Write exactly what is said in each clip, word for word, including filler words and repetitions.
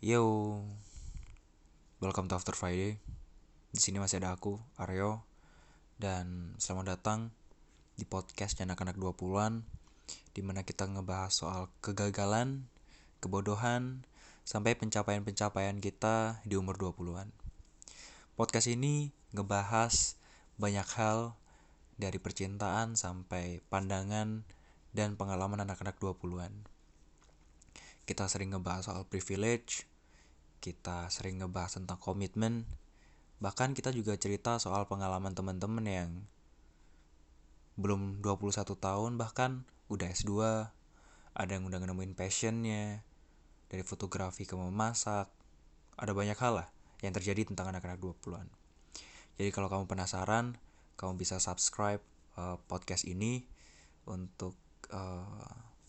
Yo, welcome to After Friday. Di sini masih ada aku, Aryo, dan selamat datang di podcast anak-anak dua puluhan, di mana kita ngebahas soal kegagalan, kebodohan, sampai pencapaian-pencapaian kita di umur dua puluhan. Podcast ini ngebahas banyak hal dari percintaan sampai pandangan dan pengalaman anak-anak dua puluhan. Kita sering ngebahas soal privilege, kita sering ngebahas tentang komitmen. Bahkan kita juga cerita soal pengalaman teman-teman yang belum dua puluh satu tahun bahkan udah S dua, ada yang udah nemuin passionnya, dari fotografi ke memasak. Ada banyak hal lah yang terjadi tentang anak-anak dua puluhan. Jadi kalau kamu penasaran, kamu bisa subscribe uh, podcast ini untuk uh,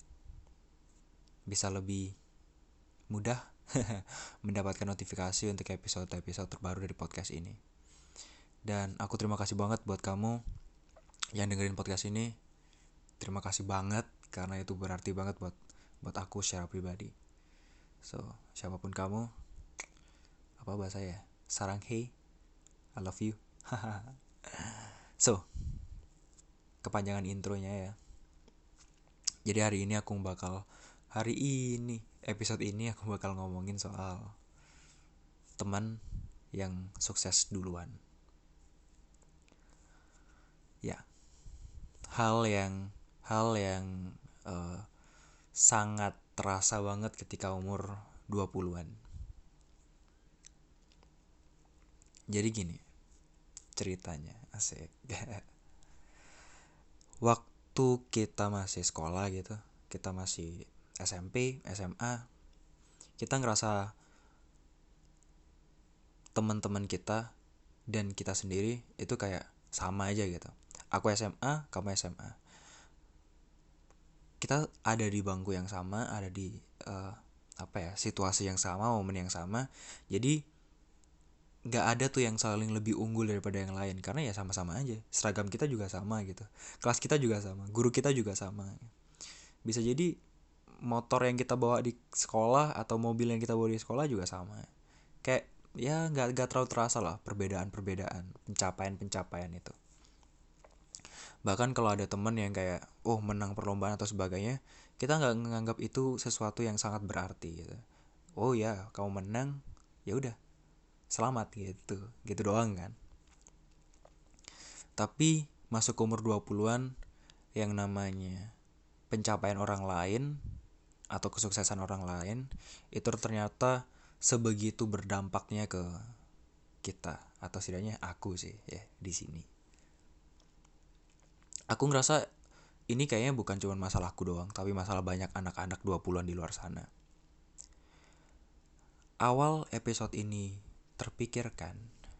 bisa lebih mudah mendapatkan notifikasi untuk episode-episode terbaru dari podcast ini. Dan aku terima kasih banget buat kamu yang dengerin podcast ini. Terima kasih banget karena itu berarti banget buat buat aku secara pribadi. So, siapapun kamu, apa bahasa ya? Sarang hey, I love you. So, kepanjangan intronya ya. Jadi hari ini aku bakal hari ini episode ini aku bakal ngomongin soal teman yang sukses duluan. Ya, hal yang hal yang uh, sangat terasa banget ketika umur dua puluhan. Jadi gini ceritanya, asik. Waktu kita masih sekolah gitu, kita masih S M P, S M A, kita ngerasa teman-teman kita dan kita sendiri itu kayak sama aja gitu. Aku S M A, kamu S M A. Kita ada di bangku yang sama, ada di uh, apa ya, situasi yang sama, momen yang sama. Jadi nggak ada tuh yang saling lebih unggul daripada yang lain karena ya sama-sama aja. Seragam kita juga sama gitu. Kelas kita juga sama, guru kita juga sama. Bisa jadi motor yang kita bawa di sekolah atau mobil yang kita bawa di sekolah juga sama. Kayak ya nggak nggak terlalu terasa lah perbedaan-perbedaan, pencapaian-pencapaian itu. Bahkan kalau ada temen yang kayak oh menang perlombaan atau sebagainya, kita nggak menganggap itu sesuatu yang sangat berarti gitu. Oh ya, kamu menang, ya udah, selamat gitu. Gitu doang kan. Tapi masuk umur dua puluhan yang namanya pencapaian orang lain atau kesuksesan orang lain itu ternyata sebegitu berdampaknya ke kita, atau setidaknya aku sih ya di sini. Aku ngerasa ini kayaknya bukan cuma masalahku doang, tapi masalah banyak anak-anak dua puluhan di luar sana. Awal episode ini terpikirkan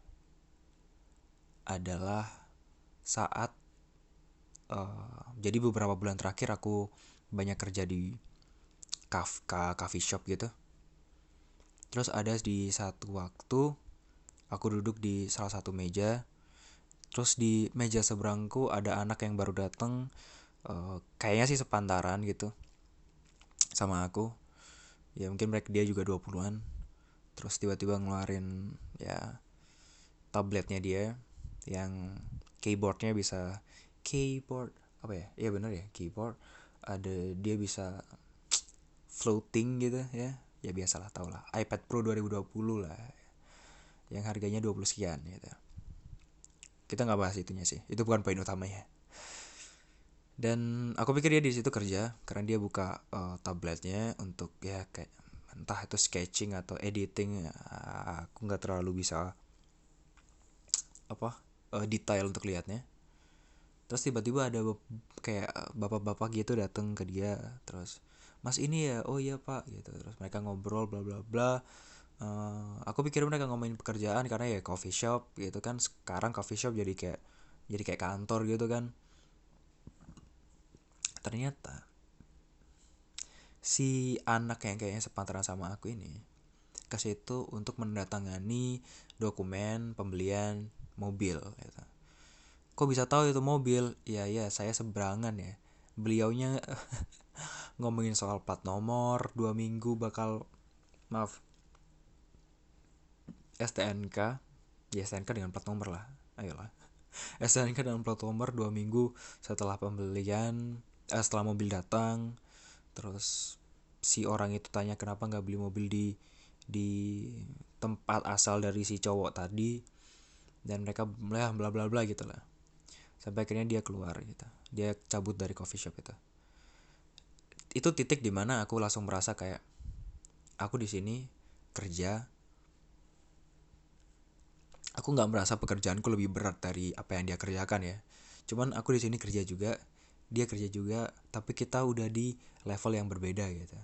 adalah saat uh, jadi beberapa bulan terakhir aku banyak kerja di kaf- coffee shop gitu. Terus ada di satu waktu aku duduk di salah satu meja. Terus di meja seberangku ada anak yang baru datang, uh, kayaknya sih sepantaran gitu sama aku. Ya mungkin mereka dia juga dua puluhan. Terus tiba-tiba ngeluarin ya tabletnya dia yang keyboardnya bisa keyboard apa ya? Iya bener ya, keyboard. Ada dia bisa floating gitu ya. Ya biasalah, tau lah. iPad Pro dua ribu dua puluh lah. Yang harganya dua puluh sekian gitu. Kita nggak bahas itunya sih. Itu bukan poin utamanya. Dan aku pikir dia di situ kerja karena dia buka uh, tabletnya untuk ya kayak entah itu sketching atau editing. Uh, aku nggak terlalu bisa apa uh, detail untuk lihatnya. Terus tiba-tiba ada bap- kayak bapak-bapak gitu datang ke dia, terus mas ini ya, oh iya pak gitu. Terus mereka ngobrol bla bla bla. Uh, aku pikir mereka ngomongin pekerjaan karena ya coffee shop gitu kan, sekarang coffee shop jadi kayak jadi kayak kantor gitu kan. Ternyata si anak yang kayaknya sepantaran sama aku ini ke situ untuk menandatangani dokumen pembelian mobil gitu. Kok bisa tahu itu mobil? Ya ya, saya seberangan ya. Beliaunya ngomongin soal plat nomor, dua minggu bakal maaf, S T N K, ya S T N K dengan plat nomor lah, ayolah. S T N K dengan plat nomor dua minggu setelah pembelian, eh, setelah mobil datang. Terus si orang itu tanya kenapa nggak beli mobil di di tempat asal dari si cowok tadi, dan mereka bla bla bla bla gitu lah. Sampai akhirnya dia keluar gitu, dia cabut dari coffee shop itu. Itu titik dimana aku langsung merasa kayak aku di sini kerja, aku nggak merasa pekerjaanku lebih berat dari apa yang dia kerjakan ya. Cuman aku di sini kerja juga, dia kerja juga, tapi kita udah di level yang berbeda gitu.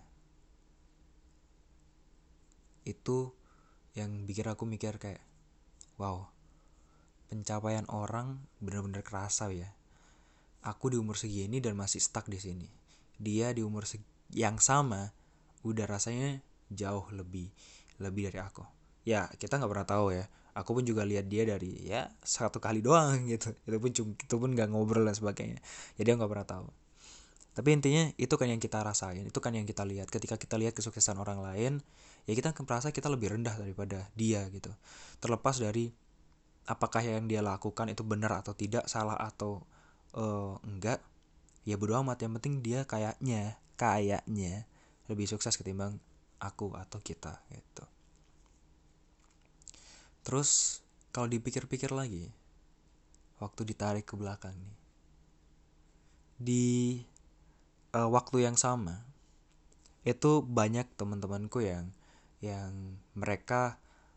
Itu yang bikin aku mikir kayak, wow, pencapaian orang benar-benar kerasa ya. Aku di umur segini dan masih stuck di sini. Dia di umur yang sama udah rasanya jauh lebih lebih dari aku. Ya kita nggak pernah tahu ya. Aku pun juga lihat dia dari ya satu kali doang gitu. Itu pun itu pun nggak ngobrol dan sebagainya. Jadi aku nggak pernah tahu. Tapi intinya itu kan yang kita rasain, itu kan yang kita lihat. Ketika kita lihat kesuksesan orang lain, ya kita akan merasa kita lebih rendah daripada dia gitu. Terlepas dari apakah yang dia lakukan itu benar atau tidak, salah atau uh, enggak, ya bodo amat. Yang penting dia kayaknya kayaknya lebih sukses ketimbang aku atau kita gitu. Terus kalau dipikir-pikir lagi, waktu ditarik ke belakang nih, di uh, waktu yang sama itu banyak teman-temanku yang yang mereka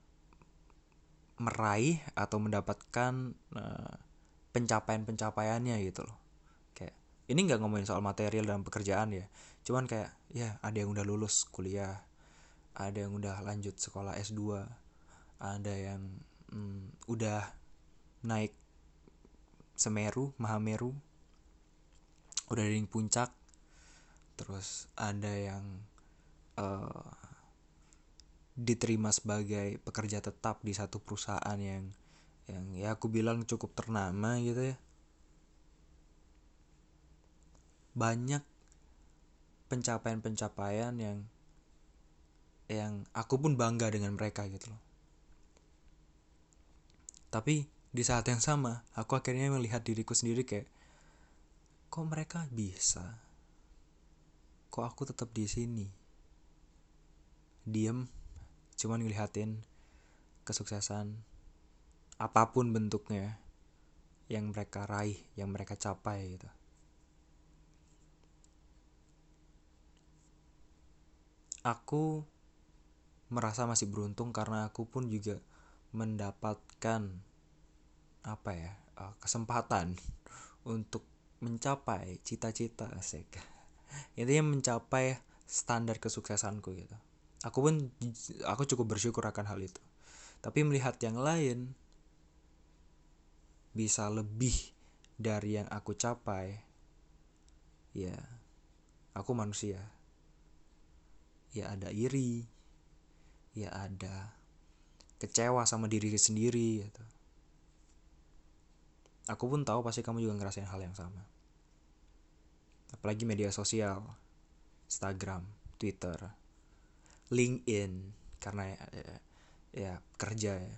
meraih atau mendapatkan uh, pencapaian-pencapaiannya gitu loh. Kayak ini nggak ngomongin soal material dan pekerjaan ya, cuman kayak ya ada yang udah lulus kuliah, ada yang udah lanjut sekolah S dua, ada yang hmm, udah naik Semeru, Mahameru, udah di puncak. Terus ada yang uh, diterima sebagai pekerja tetap di satu perusahaan yang yang ya aku bilang cukup ternama gitu ya. Banyak pencapaian-pencapaian yang yang aku pun bangga dengan mereka gitu loh. Tapi di saat yang sama, aku akhirnya melihat diriku sendiri kayak, kok mereka bisa? Kok aku tetap di sini? Diem, cuman ngeliatin kesuksesan apapun bentuknya yang mereka raih, yang mereka capai gitu. Aku merasa masih beruntung karena aku pun juga mendapatkan apa ya, uh, kesempatan untuk mencapai cita-cita asik. Intinya mencapai standar kesuksesanku gitu. Aku pun aku cukup bersyukur akan hal itu. Tapi melihat yang lain bisa lebih dari yang aku capai, ya aku manusia. Ya ada iri, ya ada kecewa sama diri sendiri gitu. Aku pun tahu pasti kamu juga ngerasain hal yang sama. Apalagi media sosial, Instagram, Twitter, LinkedIn, karena ya, ya kerja ya.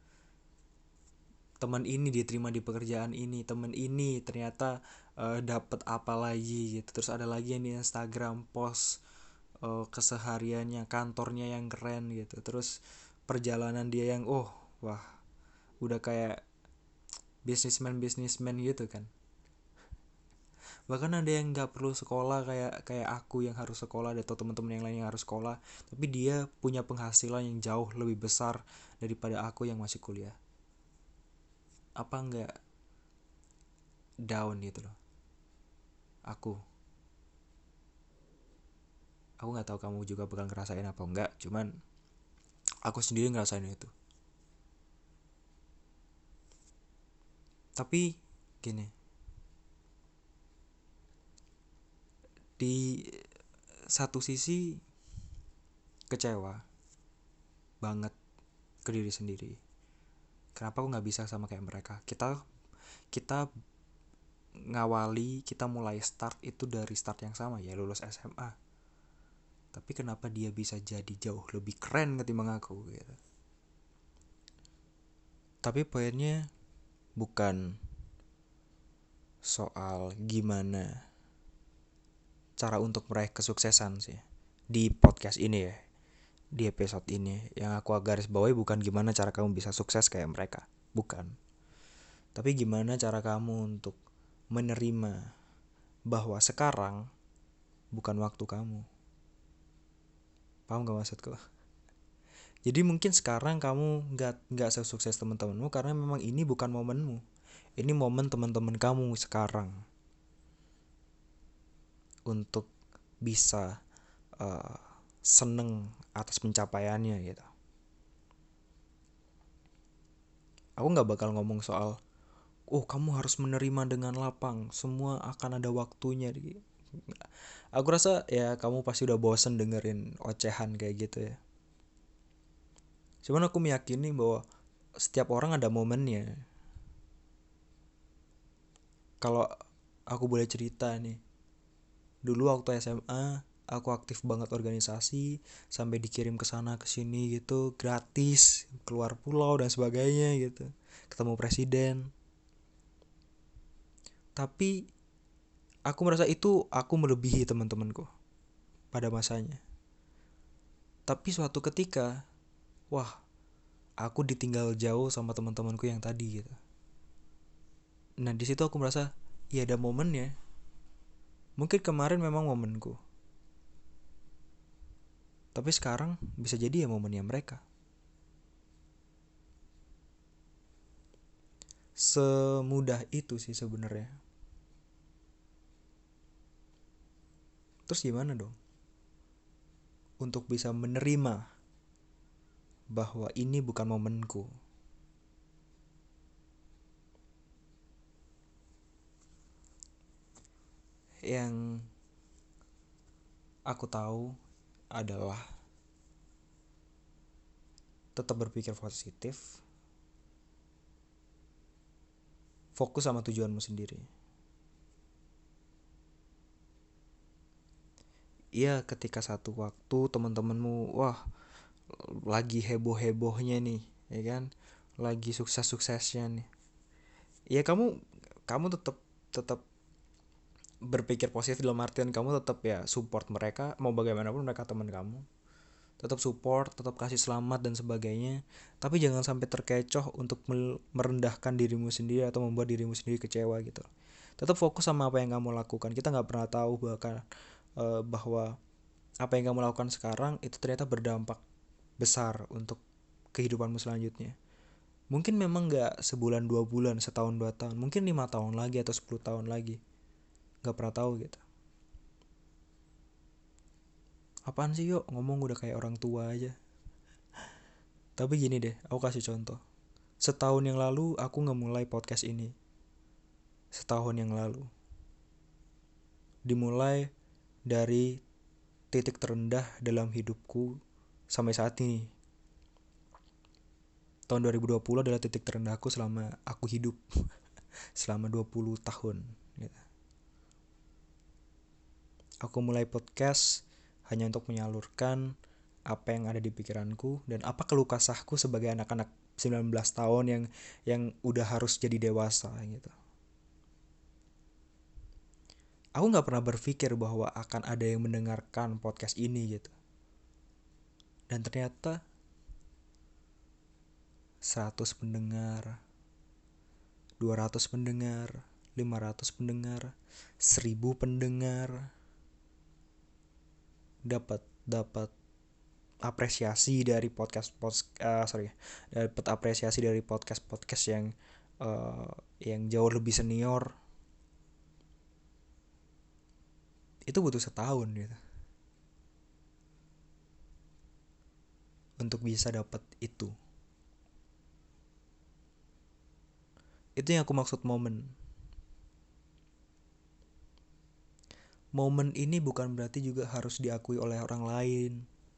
Teman ini diterima di pekerjaan ini, teman ini ternyata uh, dapat apa lagi gitu. Terus ada lagi yang di Instagram post uh, kesehariannya, kantornya yang keren gitu. Terus perjalanan dia yang oh wah udah kayak bisnismen bisnismen gitu kan. Bahkan ada yang nggak perlu sekolah kayak kayak aku yang harus sekolah, atau teman-teman yang lain yang harus sekolah, tapi dia punya penghasilan yang jauh lebih besar daripada aku yang masih kuliah. Apa nggak down gitu loh aku. Aku nggak tahu kamu juga bakal ngerasain apa enggak, cuman aku sendiri ngerasain itu. Tapi gini, di satu sisi kecewa banget ke diri sendiri. Kenapa aku nggak bisa sama kayak mereka? Kita kita ngawali, kita mulai start itu dari start yang sama ya, lulus S M A. Tapi kenapa dia bisa jadi jauh lebih keren ketimbang aku gitu. Tapi poinnya bukan soal gimana cara untuk meraih kesuksesan sih di podcast ini ya. Di episode ini yang aku garis bawahi bukan gimana cara kamu bisa sukses kayak mereka, bukan. Tapi gimana cara kamu untuk menerima bahwa sekarang bukan waktu kamu. Paham gak maksudku? Jadi mungkin sekarang kamu gak, gak sesukses teman-temanmu karena memang ini bukan momenmu. Ini momen teman-teman kamu sekarang untuk bisa uh, seneng atas pencapaiannya gitu. Aku gak bakal ngomong soal oh kamu harus menerima dengan lapang, semua akan ada waktunya. Aku rasa ya kamu pasti udah bosen dengerin ocehan kayak gitu ya. Cuman aku meyakini bahwa setiap orang ada momennya. Kalau aku boleh cerita nih, dulu waktu S M A aku aktif banget organisasi, sampai dikirim ke sana ke sini gitu gratis, keluar pulau dan sebagainya gitu, ketemu presiden. Tapi aku merasa itu aku melebihi teman-temanku pada masanya. Tapi suatu ketika, wah, aku ditinggal jauh sama teman-temanku yang tadi gitu. Nah di situ aku merasa, ya ada momennya. Mungkin kemarin memang momenku, tapi sekarang bisa jadi ya momennya mereka. Semudah itu sih sebenarnya. Terus gimana dong untuk bisa menerima bahwa ini bukan momenku? Yang aku tahu adalah tetap berpikir positif, fokus sama tujuanmu sendiri. Iya, ketika satu waktu teman-temanmu wah lagi heboh-hebohnya nih, ya kan? Lagi sukses-suksesnya nih. Ya kamu kamu tetap tetap berpikir positif dalam artian kamu tetap ya support mereka, mau bagaimanapun mereka teman kamu. Tetap support, tetap kasih selamat dan sebagainya. Tapi jangan sampai terkecoh untuk merendahkan dirimu sendiri atau membuat dirimu sendiri kecewa gitu. Tetap fokus sama apa yang kamu lakukan. Kita nggak pernah tahu bahkan uh, bahwa apa yang kamu lakukan sekarang itu ternyata berdampak besar untuk kehidupanmu selanjutnya. Mungkin memang gak sebulan dua bulan, setahun dua tahun, mungkin lima tahun lagi atau sepuluh tahun lagi. Gak pernah tahu gitu. Apaan sih yuk ngomong udah kayak orang tua aja. Tapi gini deh, aku kasih contoh. Setahun yang lalu aku ngemulai podcast ini. Setahun yang lalu. Dimulai dari titik terendah dalam hidupku sampai saat ini. Tahun dua ribu dua puluh adalah titik terendahku selama aku hidup. Selama dua puluh tahun gitu. Aku mulai podcast hanya untuk menyalurkan apa yang ada di pikiranku dan apa keluh kesahku sebagai anak-anak sembilan belas tahun yang yang udah harus jadi dewasa gitu. Aku gak pernah berpikir bahwa akan ada yang mendengarkan podcast ini gitu. Dan ternyata seratus pendengar, dua ratus pendengar, lima ratus pendengar, seribu pendengar, dapat dapat apresiasi dari podcast post uh, sorry dapat apresiasi dari podcast podcast yang uh, yang jauh lebih senior. Itu butuh setahun gitu untuk bisa dapat itu. Itu yang aku maksud momen. Momen ini bukan berarti juga harus diakui oleh orang lain.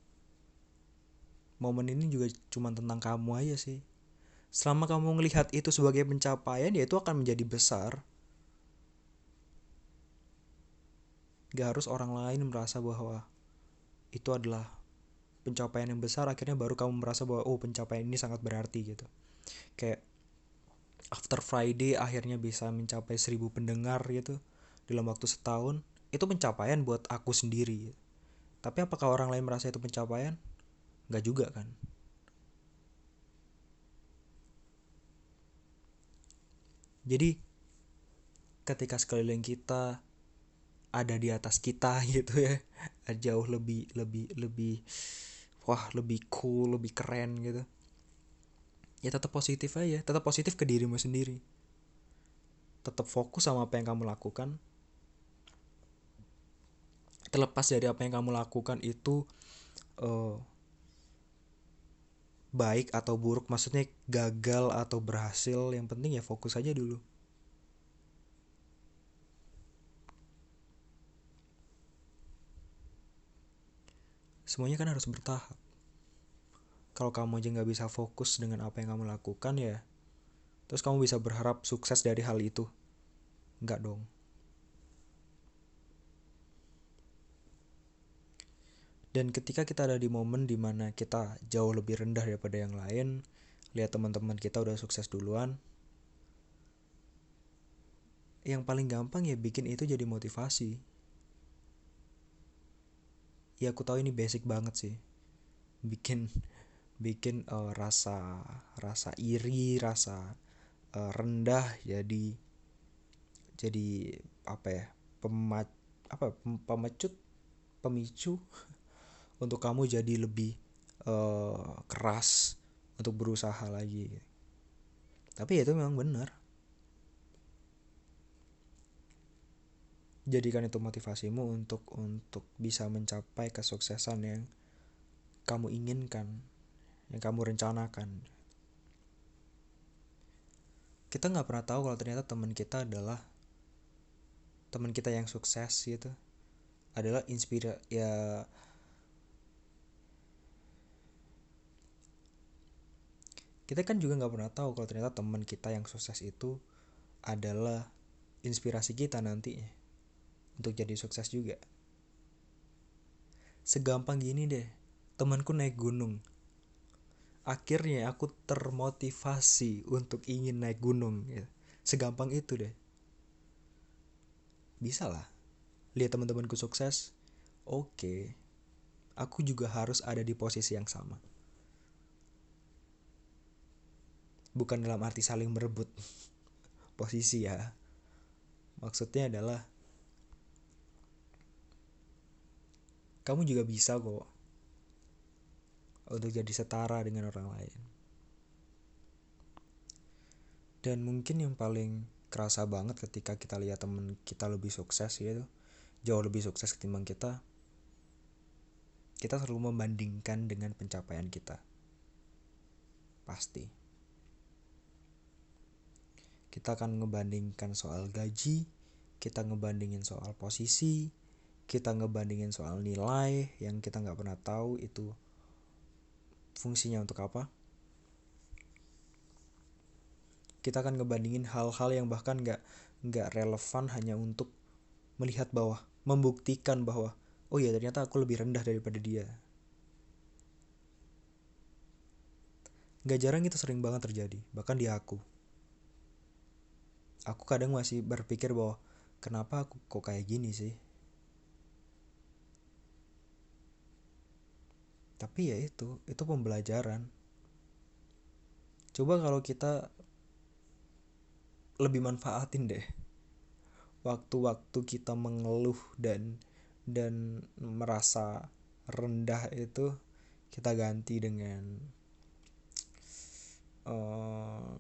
Momen ini juga cuma tentang kamu aja sih. Selama kamu melihat itu sebagai pencapaian, ya itu akan menjadi besar. Gak harus orang lain merasa bahwa itu adalah pencapaian yang besar, akhirnya baru kamu merasa bahwa oh pencapaian ini sangat berarti gitu. Kayak After Friday akhirnya bisa mencapai seribu pendengar gitu dalam waktu setahun. Itu pencapaian buat aku sendiri. Tapi apakah orang lain merasa itu pencapaian? Nggak juga kan. Jadi ketika sekeliling kita ada di atas kita gitu ya, jauh lebih lebih lebih wah lebih cool, lebih keren gitu, ya tetap positif aja, tetap positif ke dirimu sendiri, tetap fokus sama apa yang kamu lakukan. Terlepas dari apa yang kamu lakukan itu uh, baik atau buruk, maksudnya gagal atau berhasil, yang penting ya fokus aja dulu. Semuanya kan harus bertahap. Kalau kamu aja nggak bisa fokus dengan apa yang kamu lakukan ya, terus kamu bisa berharap sukses dari hal itu? Nggak dong. Dan ketika kita ada di momen dimana kita jauh lebih rendah daripada yang lain, lihat teman-teman kita udah sukses duluan, yang paling gampang ya bikin itu jadi motivasi. Ya aku tahu ini basic banget sih, bikin bikin uh, rasa rasa iri, rasa uh, rendah jadi jadi apa ya, pemat apa pemecut pemicu untuk kamu jadi lebih uh, keras untuk berusaha lagi. Tapi ya itu memang benar. Jadikan itu motivasimu untuk untuk bisa mencapai kesuksesan yang kamu inginkan, yang kamu rencanakan. Kita nggak pernah tahu kalau ternyata teman kita adalah teman kita yang sukses gitu, adalah inspira ya kita kan juga nggak pernah tahu kalau ternyata teman kita yang sukses itu adalah inspirasi kita nantinya untuk jadi sukses juga. Segampang gini deh, temanku naik gunung, akhirnya aku termotivasi untuk ingin naik gunung gitu. Segampang itu deh. Bisa lah lihat teman-temanku sukses, oke, aku juga harus ada di posisi yang sama. Bukan dalam arti saling merebut posisi ya, maksudnya adalah kamu juga bisa kok untuk jadi setara dengan orang lain. Dan mungkin yang paling kerasa banget ketika kita lihat teman kita lebih sukses gitu, jauh lebih sukses ketimbang kita, kita selalu membandingkan dengan pencapaian kita. Pasti kita akan ngebandingkan soal gaji, kita ngebandingin soal posisi, kita ngebandingin soal nilai yang kita nggak pernah tahu itu fungsinya untuk apa. Kita akan ngebandingin hal-hal yang bahkan nggak nggak relevan hanya untuk melihat bahwa, membuktikan bahwa oh ya ternyata aku lebih rendah daripada dia. Nggak jarang itu sering banget terjadi, bahkan di aku. Aku kadang masih berpikir bahwa kenapa aku kok kayak gini sih. Tapi ya itu, itu pembelajaran. Coba kalau kita lebih manfaatin deh waktu-waktu kita mengeluh dan dan merasa rendah itu, kita ganti dengan uh,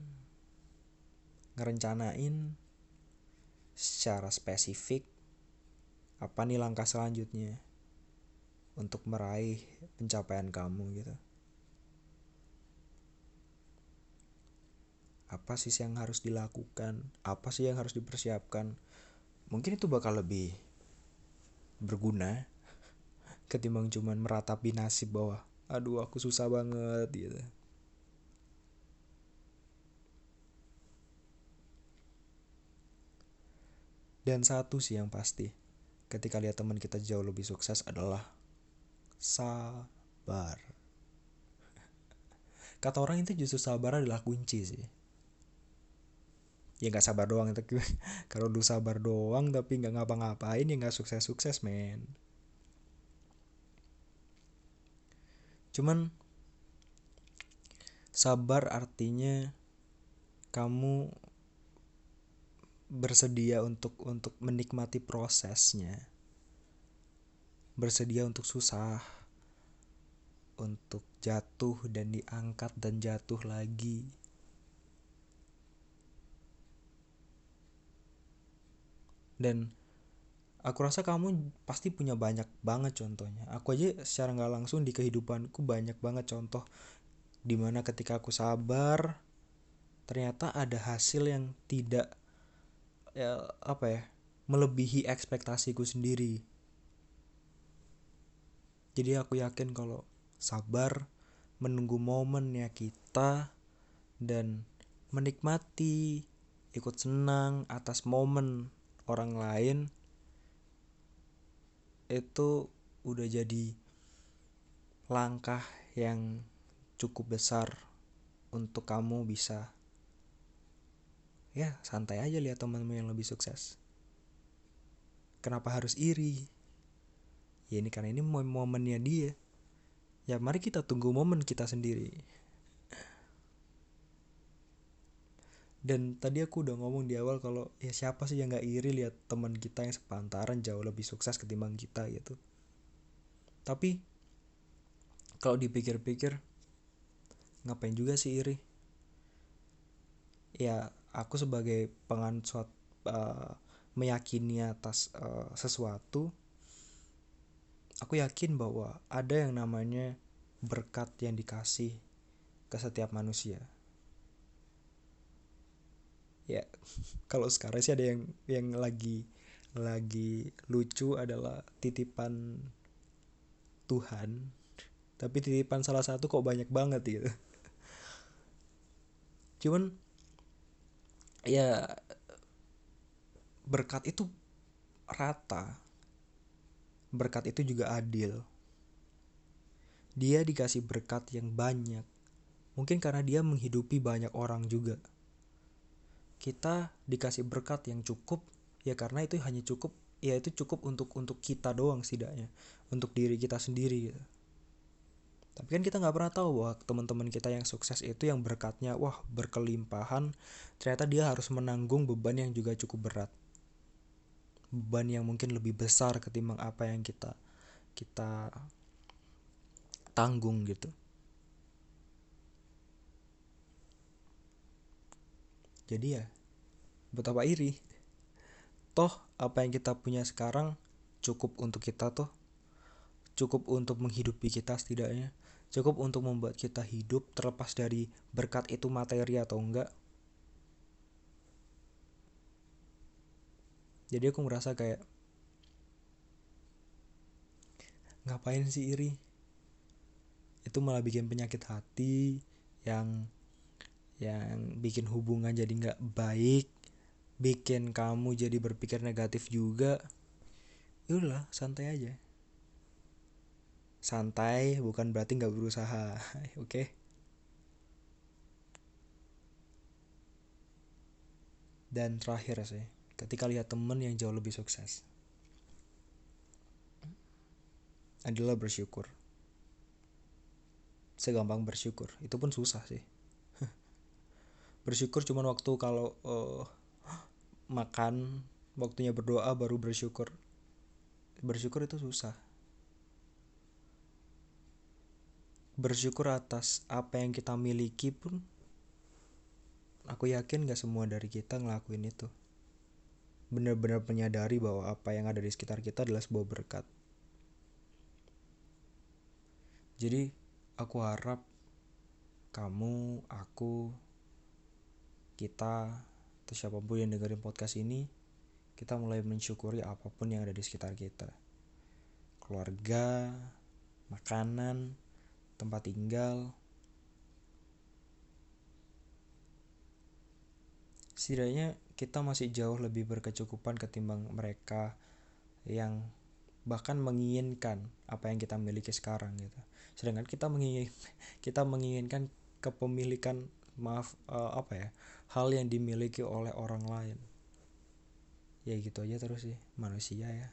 ngerencanain secara spesifik apa nih langkah selanjutnya untuk meraih pencapaian kamu gitu. Apa sih yang harus dilakukan, apa sih yang harus dipersiapkan. Mungkin itu bakal lebih berguna ketimbang cuman meratapi nasib bahwa aduh aku susah banget gitu. Dan satu sih yang pasti, ketika lihat teman kita jauh lebih sukses adalah sabar. Kata orang itu justru sabar adalah kunci sih. Ya nggak sabar doang itu. Kalau lu sabar doang tapi nggak ngapa-ngapain ya nggak sukses-sukses men. Cuman sabar artinya kamu bersedia untuk untuk menikmati prosesnya, bersedia untuk susah, untuk jatuh dan diangkat dan jatuh lagi. Dan aku rasa kamu pasti punya banyak banget contohnya. Aku aja secara nggak langsung di kehidupanku banyak banget contoh dimana ketika aku sabar ternyata ada hasil yang tidak, ya apa ya, melebihi ekspektasiku sendiri. Jadi aku yakin kalau sabar, menunggu momennya kita, dan menikmati, ikut senang atas momen orang lain, itu udah jadi langkah yang cukup besar untuk kamu bisa ya santai aja lihat temanmu yang lebih sukses. Kenapa harus iri? Ya ini karena ini momennya dia. Ya mari kita tunggu momen kita sendiri. Dan tadi aku udah ngomong di awal kalau ya siapa sih yang gak iri lihat teman kita yang sepantaran jauh lebih sukses ketimbang kita gitu. Tapi kalau dipikir-pikir ngapain juga sih iri? Ya aku sebagai penganut suatu uh, meyakini atas uh, sesuatu, aku yakin bahwa ada yang namanya berkat yang dikasih ke setiap manusia. Ya kalau sekarang sih ada yang yang lagi lagi lucu adalah titipan Tuhan, tapi titipan salah satu kok banyak banget gitu. Cuman ya berkat itu rata, berkat itu juga adil. Dia dikasih berkat yang banyak, mungkin karena dia menghidupi banyak orang juga. Kita dikasih berkat yang cukup ya karena itu hanya cukup, ya itu cukup untuk untuk kita doang setidaknya, untuk diri kita sendiri gitu. Tapi kan kita nggak pernah tahu bahwa teman-teman kita yang sukses itu yang berkatnya wah berkelimpahan, ternyata dia harus menanggung beban yang juga cukup berat, beban yang mungkin lebih besar ketimbang apa yang kita kita tanggung gitu. Jadi ya betapa iri. Toh apa yang kita punya sekarang cukup untuk kita tuh, cukup untuk menghidupi kita setidaknya, cukup untuk membuat kita hidup terlepas dari berkat itu materi atau enggak. Jadi aku merasa kayak ngapain sih iri? Itu malah bikin penyakit hati yang yang bikin hubungan jadi nggak baik, bikin kamu jadi berpikir negatif juga. Yaudah santai aja. Santai bukan berarti nggak berusaha. Oke okay? Dan terakhir sih, ketika lihat temen yang jauh lebih sukses, adalah bersyukur. Segampang bersyukur, itu pun susah sih. Bersyukur cuma waktu kalau uh, makan, waktunya berdoa baru bersyukur. Bersyukur itu susah. Bersyukur atas apa yang kita miliki pun, aku yakin gak semua dari kita ngelakuin itu. Benar-benar menyadari bahwa apa yang ada di sekitar kita adalah sebuah berkat. Jadi aku harap kamu, aku, kita, atau siapapun yang dengerin podcast ini, kita mulai mensyukuri apapun yang ada di sekitar kita. Keluarga, makanan, tempat tinggal. Setidaknya kita masih jauh lebih berkecukupan ketimbang mereka yang bahkan menginginkan apa yang kita miliki sekarang gitu. Sedangkan kita menginginkan kita menginginkan kepemilikan maaf uh, apa ya hal yang dimiliki oleh orang lain. Ya gitu aja terus sih manusia ya.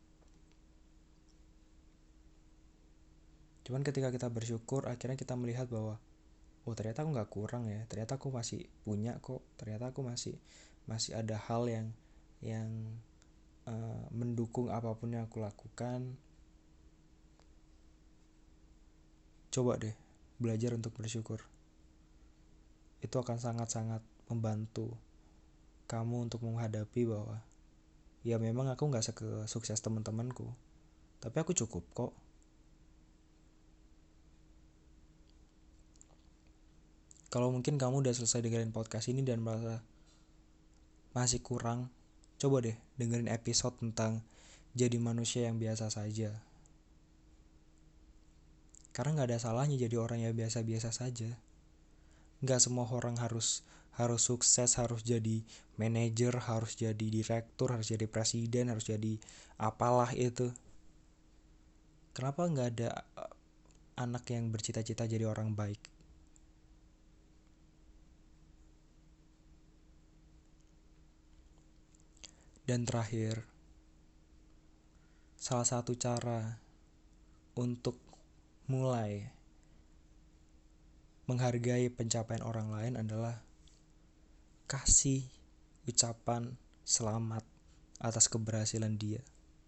Cuman ketika kita bersyukur akhirnya kita melihat bahwa oh ternyata aku nggak kurang ya, ternyata aku masih punya kok, ternyata aku masih masih ada hal yang yang uh, mendukung apapun yang aku lakukan. Coba deh belajar untuk bersyukur. Itu akan sangat-sangat membantu kamu untuk menghadapi bahwa ya memang aku nggak sukses teman-temanku, tapi aku cukup kok. Kalau mungkin kamu udah selesai dengerin podcast ini dan merasa masih kurang, coba deh dengerin episode tentang jadi manusia yang biasa saja. Karena gak ada salahnya jadi orang yang biasa-biasa saja. Gak semua orang harus harus sukses, harus jadi manajer, harus jadi direktur, harus jadi presiden, harus jadi apalah itu. Kenapa gak ada anak yang bercita-cita jadi orang baik? Dan terakhir, salah satu cara untuk mulai menghargai pencapaian orang lain adalah kasih ucapan selamat atas keberhasilan dia.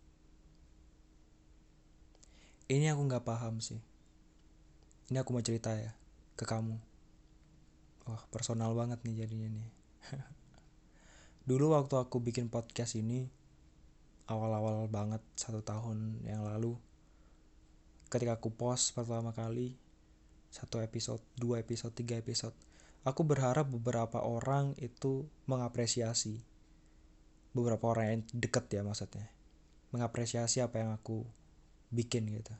Ini aku gak paham sih. Ini aku mau cerita ya ke kamu. Wah, personal banget nih jadinya nih. Dulu waktu aku bikin podcast ini, awal-awal banget satu tahun yang lalu, ketika aku post pertama kali, satu episode, dua episode, tiga episode, aku berharap beberapa orang itu mengapresiasi. Beberapa orang yang deket ya maksudnya. Mengapresiasi apa yang aku bikin gitu.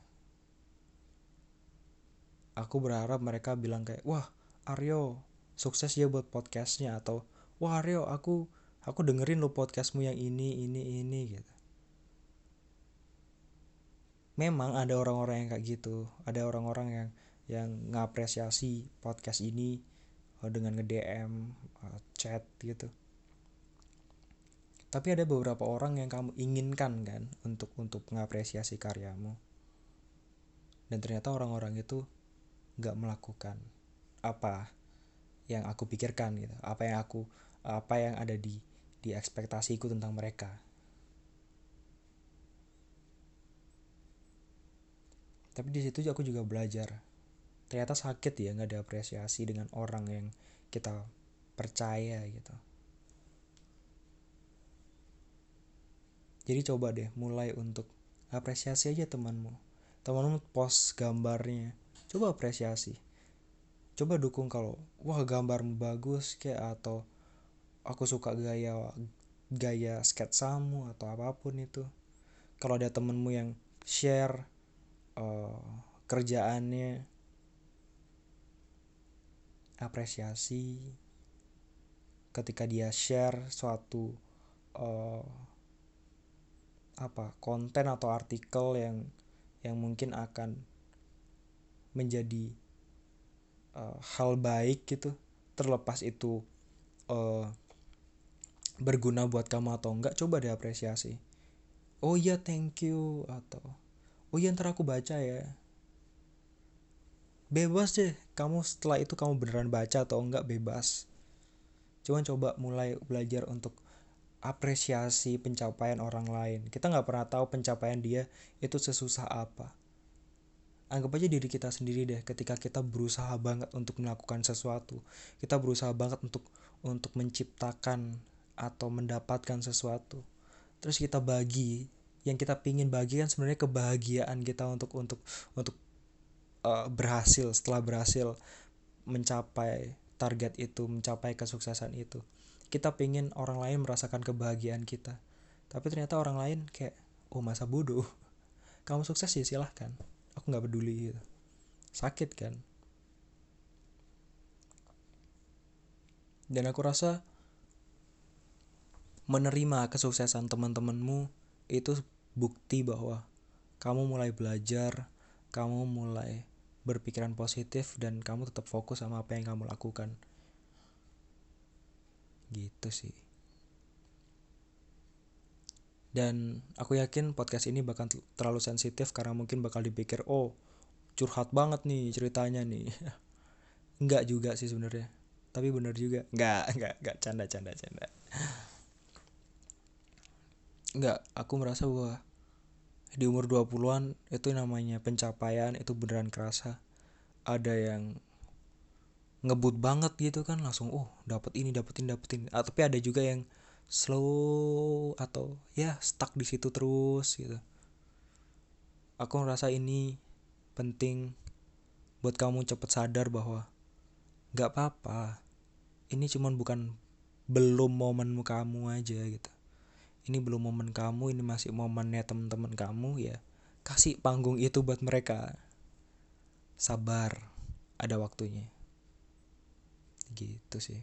Aku berharap mereka bilang kayak, wah Aryo sukses ya buat podcastnya, atau wah Aryo aku aku dengerin lo podcastmu yang ini ini ini gitu. Memang ada orang-orang yang kayak gitu, ada orang-orang yang yang ngapresiasi podcast ini dengan nge-D M, chat gitu. Tapi ada beberapa orang yang kamu inginkan kan untuk untuk mengapresiasi karyamu. Dan ternyata orang-orang itu gak melakukan apa yang aku pikirkan gitu, apa yang aku apa yang ada di di ekspektasiku tentang mereka. Tapi di situ aku juga belajar. Ternyata sakit ya nggak diapresiasi dengan orang yang kita percaya gitu. Jadi coba deh mulai untuk apresiasi aja temanmu. Temanmu post gambarnya, coba apresiasi. Coba dukung kalau wah gambarmu bagus kayak, atau aku suka gaya gaya sketsamu atau apapun itu. Kalau ada temenmu yang share uh, kerjaannya, apresiasi. Ketika dia share suatu uh, apa konten atau artikel yang yang mungkin akan menjadi uh, hal baik gitu, terlepas itu uh, berguna buat kamu atau enggak, coba diapresiasi. Oh iya thank you, atau oh iya ntar aku baca ya. Bebas deh kamu setelah itu kamu beneran baca atau enggak, bebas. Cuman coba mulai belajar untuk apresiasi pencapaian orang lain. Kita nggak pernah tahu pencapaian dia itu sesusah apa. Anggap aja diri kita sendiri deh, ketika kita berusaha banget untuk melakukan sesuatu, kita berusaha banget untuk untuk menciptakan atau mendapatkan sesuatu, terus kita bagi, yang kita pingin bagi kan sebenarnya kebahagiaan kita untuk untuk untuk uh, berhasil, setelah berhasil mencapai target itu, mencapai kesuksesan itu, kita pingin orang lain merasakan kebahagiaan kita. Tapi ternyata orang lain kayak, oh masa bodoh, kamu sukses ya silahkan, aku gak peduli gitu. Sakit kan. Dan aku rasa menerima kesuksesan teman-temanmu itu bukti bahwa kamu mulai belajar, kamu mulai berpikiran positif, dan kamu tetap fokus sama apa yang kamu lakukan. Gitu sih. Dan aku yakin podcast ini bakal terlalu sensitif karena mungkin bakal dipikir, oh curhat banget nih ceritanya nih. Enggak juga sih sebenarnya. Tapi benar juga. Enggak, enggak, enggak, canda, canda, canda. Enggak, aku merasa bahwa di umur dua puluhan itu namanya pencapaian itu beneran kerasa. Ada yang ngebut banget gitu kan, langsung oh dapat ini, dapat ini, dapat ini. Ah, tapi ada juga yang slow atau ya stuck di situ terus gitu. Aku ngerasa ini penting buat kamu cepet sadar bahwa nggak apa-apa. Ini cuman bukan belum momen kamu aja gitu. Ini belum momen kamu, ini masih momennya teman-teman kamu ya. Kasih panggung itu buat mereka. Sabar, ada waktunya. Gitu sih.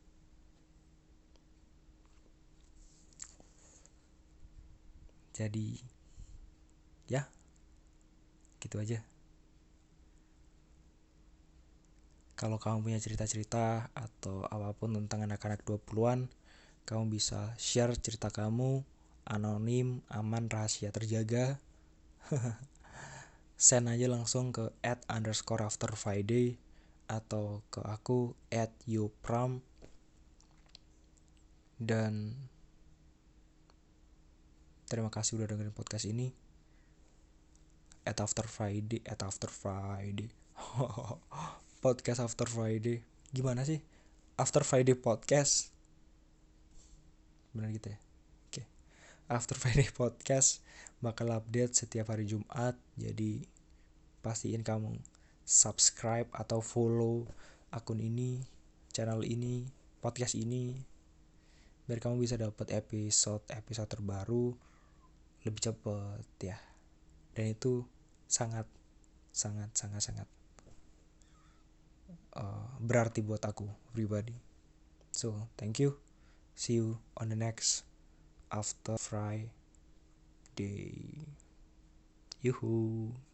Jadi ya, gitu aja. Kalau kamu punya cerita-cerita atau apapun tentang anak-anak dua puluhan, kamu bisa share cerita kamu anonim, aman, rahasia terjaga. Send aja langsung ke at underscore after Friday atau ke aku at yupram. Dan terima kasih udah dengerin podcast ini. At after Friday, at after Friday. Podcast after Friday. Gimana sih? After Friday podcast. Benar gitu ya? Oke. After Friday podcast bakal update setiap hari Jumat. Jadi pastiin kamu subscribe atau follow akun ini, channel ini, podcast ini, biar kamu bisa dapat episode episode terbaru lebih cepet ya. Dan itu sangat sangat sangat sangat uh, berarti buat aku pribadi. So thank you, see you on the next after Friday. Yuhu.